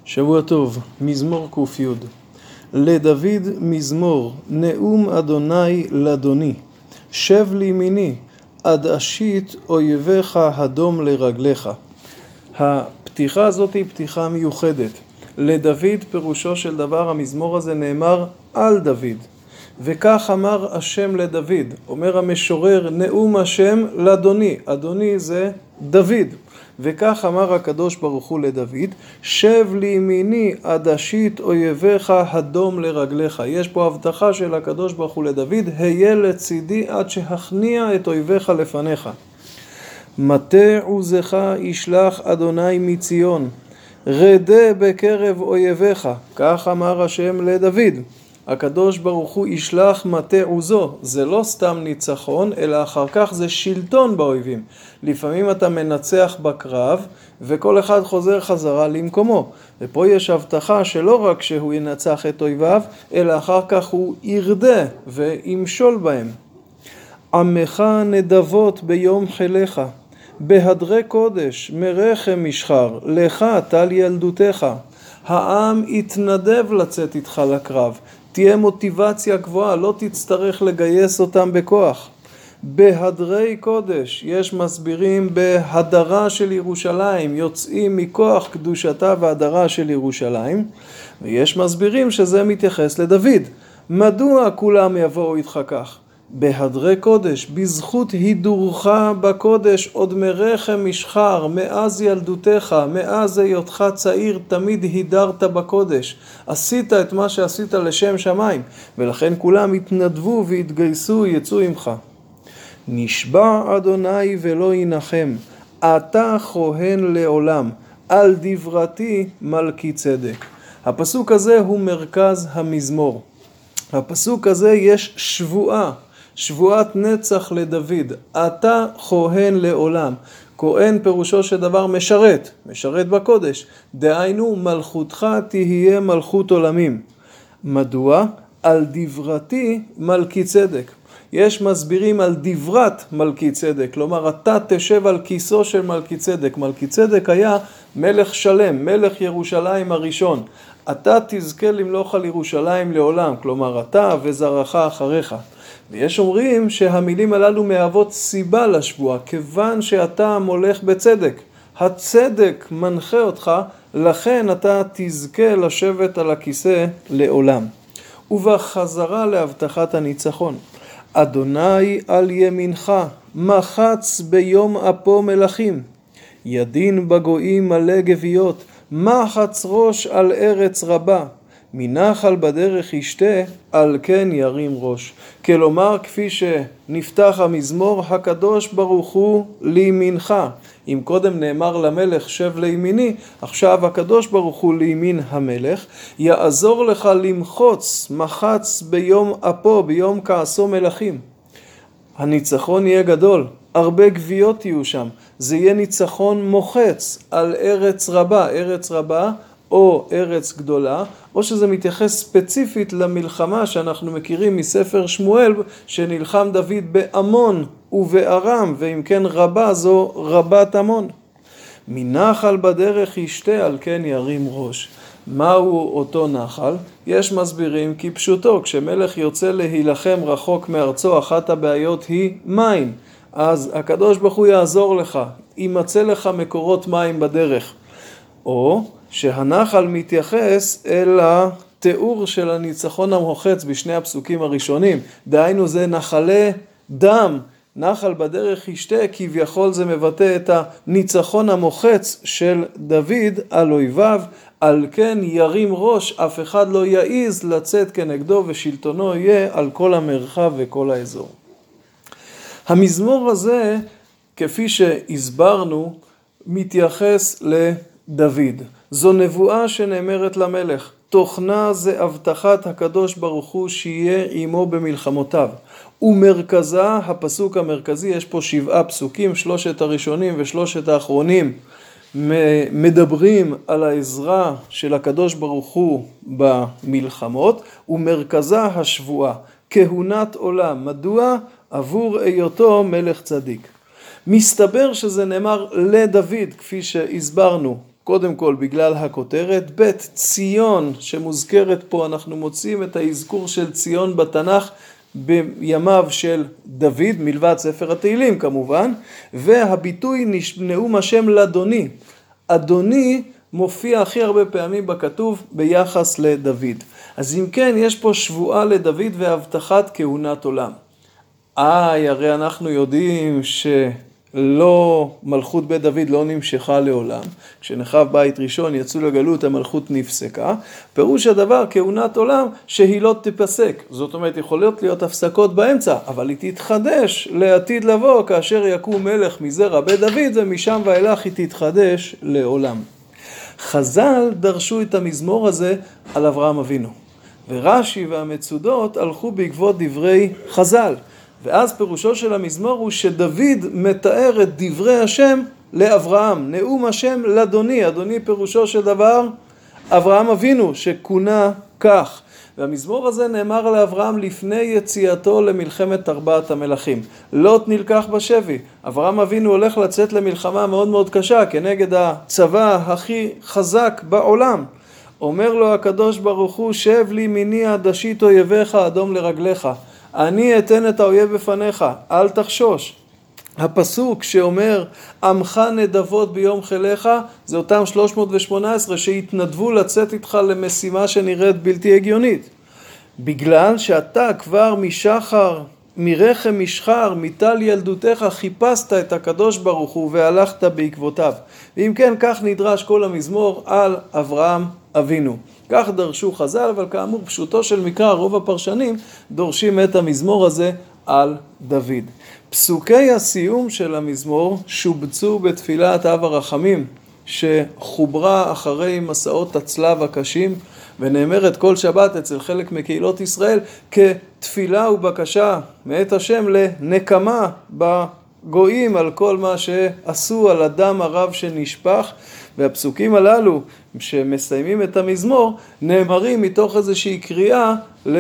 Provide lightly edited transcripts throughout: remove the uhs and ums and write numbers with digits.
שבוע טוב, מזמור ק"י. לדוד מזמור, נאום אדוני לאדוני. שב לימיני, עד אשית אויביך הדום לרגליך. הפתיחה הזאת היא פתיחה מיוחדת. לדוד פירושו של דבר, המזמור הזה נאמר על דוד. וכך אמר השם לדוד, אומר המשורר, נאום השם לאדוני. אדוני זה דוד. וכך אמר הקדוש ברוך הוא לדוד, שב לימיני עד אשית אויביך הדום לרגליך. יש פה הבטחה של הקדוש ברוך הוא לדוד, היה לצידי עד שהכניע את אויביך לפניך. מטה עוזך ישלח אדוני מציון, רדה בקרב אויביך. כך אמר השם לדוד. הקדוש ברוך הוא ישלח מטה עוזו. זה לא סתם ניצחון, אלא אחר כך זה שלטון באויבים. לפעמים אתה מנצח בקרב, וכל אחד חוזר חזרה למקומו. ופה יש הבטחה שלא רק שהוא ינצח את אויביו, אלא אחר כך הוא ירדה וימשול בהם. עמך נדבות ביום חיליך, בהדרי קודש מרחם משחר, לך טל ילדותך. העם יתנדב לצאת איתך לקרב. תהיה מוטיבציה גבוהה, לא תצטרך לגייס אותם בכוח. בהדרי קודש, יש מסבירים בהדרה של ירושלים, יוצאים מכוח קדושתה והדרה של ירושלים, ויש מסבירים שזה מתייחס לדוד. מדוע כולם יבואו איתך כך? בהדרי קודש, בזכות הידורך בקודש, עוד מרחם משחר, מאז ילדותך, מאז היותך צעיר, תמיד הידרת בקודש. עשית את מה שעשית לשם שמיים, ולכן כולם התנדבו והתגייסו, יצאו עמך. נשבע אדוני ולא ינחם, אתה כהן לעולם, על דברתי מלכי צדק. הפסוק הזה הוא מרכז המזמור. הפסוק הזה יש שבועה, שבועת נצח לדוד. אתה כהן לעולם. כהן פירושו של דבר משרת, משרת בקודש. דהיינו מלכותך תהיה מלכות עולמים. מדוע? על דברתי מלכי צדק. יש מסבירים על דברת מלכי צדק, כלומר אתה תשב על כיסו של מלכי צדק. מלכי צדק היה מלך שלם, מלך ירושלים הראשון. אתה תזכה למלוך על ירושלים לעולם, כלומר אתה וזרעך אחריך. ויש אומרים שהמילים הללו מהוות סיבה לשבועה, כיוון שאתה מולך בצדק. הצדק מנחה אותך, לכן אתה תזכה לשבת על הכיסא לעולם. ובחזרה להבטחת הניצחון. אדוני על ימינך, מחץ ביום אפו מלכים. ידין בגויים מלא גוויות, מחץ ראש על ארץ רבה. מנחל בדרך ישתה, על כן ירים ראש. כלומר, כפי שנפתח המזמור, הקדוש ברוך הוא לימינך. אם קודם נאמר למלך שב לימיני, עכשיו הקדוש ברוך הוא לימין המלך, יעזור לך למחוץ מחץ ביום אפו, ביום כעסו מלכים. הניצחון יהיה גדול, הרבה גוויות יהיו שם. זה יהיה ניצחון מוחץ על ארץ רבה, ארץ רבה או ארץ גדולה, או שזה מתייחס ספציפית למלחמה שאנחנו מכירים מספר שמואל, שנלחם דוד בעמון ובארם, ואם כן רבה זו רבת עמון. מנחל בדרך ישתה, על כן ירים ראש. מהו אותו נחל? יש מסבירים כי פשוטו, כשמלך יוצא להילחם רחוק מארצו, אחת הבעיות היא מים. אז הקדוש ברוך הוא יעזור לך, יימצא לך מקורות מים בדרך. או שהנחל מתייחס אל התיאור של הניצחון המוחץ בשני הפסוקים הראשונים. דהיינו זה נחלי דם. נחל בדרך ישתה, כביכול זה מבטא את הניצחון המוחץ של דוד על אויביו. על כן ירים ראש, אף אחד לא יעיז לצאת כנגדו, ושלטונו יהיה על כל המרחב וכל האזור. המזמור הזה, כפי שהסברנו, מתייחס לדוד. זו נבואה שנאמרת למלך. תוכנה זה הבטחת הקדוש ברוך הוא שיהיה עמו במלחמותיו. ומרכזה, הפסוק המרכזי, יש פה 7 פסוקים, 3 הראשונים ו3 האחרונים, מדברים על העזרה של הקדוש ברוך הוא במלחמות, ומרכזה השבועה, כהונת עולם. מדוע? עבור היותו מלך צדיק. מסתבר שזה נאמר לדוד, כפי שהסברנו. קודם כל בגלל הכותרת, ב' ציון שמוזכרת פה, אנחנו מוצאים את האזכור של ציון בתנ"ך בימיו של דוד, מלבד ספר התהילים כמובן, והביטוי נאום השם לאדוני. אדוני מופיע הכי הרבה פעמים בכתוב ביחס לדוד. אז אם כן, יש פה שבועה לדוד והבטחת כהונת עולם. הרי אנחנו יודעים שלא, מלכות בית דוד לא נמשכה לעולם. כשנחרב בית ראשון יצאו לגלות, המלכות נפסקה. פירוש הדבר, כהונת עולם, שהיא לא תפסק. זאת אומרת, יכולות להיות הפסקות באמצע, אבל היא תתחדש לעתיד לבוא, כאשר יקום מלך מזרע בית דוד, ומשם ואילך היא תתחדש לעולם. חז"ל דרשו את המזמור הזה על אברהם אבינו. ורש"י והמצודות הלכו בעקבות דברי חז"ל. ואז פירושו של המזמור הוא שדוד מתאר את דברי השם לאברהם. נאום השם לאדוני. אדוני פירושו של דבר אברהם אבינו שכונה כך. והמזמור הזה נאמר לאברהם לפני יציאתו למלחמת 4 המלכים. לוט נלקח בשבי. אברהם אבינו הולך לצאת למלחמה מאוד מאוד קשה כנגד הצבא הכי חזק בעולם. אומר לו הקדוש ברוך הוא, שב לי מיני עד אשית אויביך אדום לרגליך. אני אתן את האויב בפניך, אל תחשוש. הפסוק שאומר, עמך נדבות ביום חיליך, זה אותם 318 שהתנדבו לצאת איתך למשימה שנראית בלתי הגיונית. בגלל שאתה כבר משחר, מרחם משחר, מטל ילדותך, חיפשת את הקדוש ברוך הוא והלכת בעקבותיו. ואם כן, כך נדרש כל המזמור על אברהם אבינו. כך דרשו חז"ל, אבל כאמור פשוטו של מקרא, רוב הפרשנים דורשים את המזמור הזה על דוד. פסוקי הסיום של המזמור שובצו בתפילת אב הרחמים, שחוברה אחרי מסעות הצלב הקשים, ונאמרת כל שבת אצל חלק מקהילות ישראל כתפילה ובקשה מאת השם לנקמה בגויים על כל מה שעשו, על הדם הרב שנשפך. והפסוקים הללו שמסיימים את המזמור נאמרים מתוך איזושהי קריאה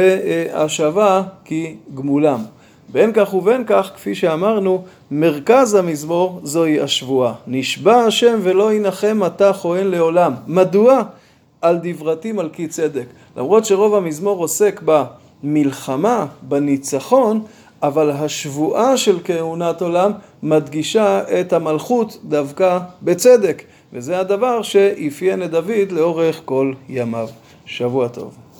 להשבה כגמולם. בין כך ובין כך, כפי שאמרנו, מרכז המזמור זוהי השבועה. נשבע השם ולא ינחם אתה כהן לעולם. מדוע? על דברתי מלכי צדק. למרות שרוב המזמור עוסק במלחמה, בניצחון, אבל השבועה של כהונת עולם מדגישה את המלכות דווקא בצדק. וזה הדבר שאפיין את דוד לאורך כל ימיו. שבוע טוב.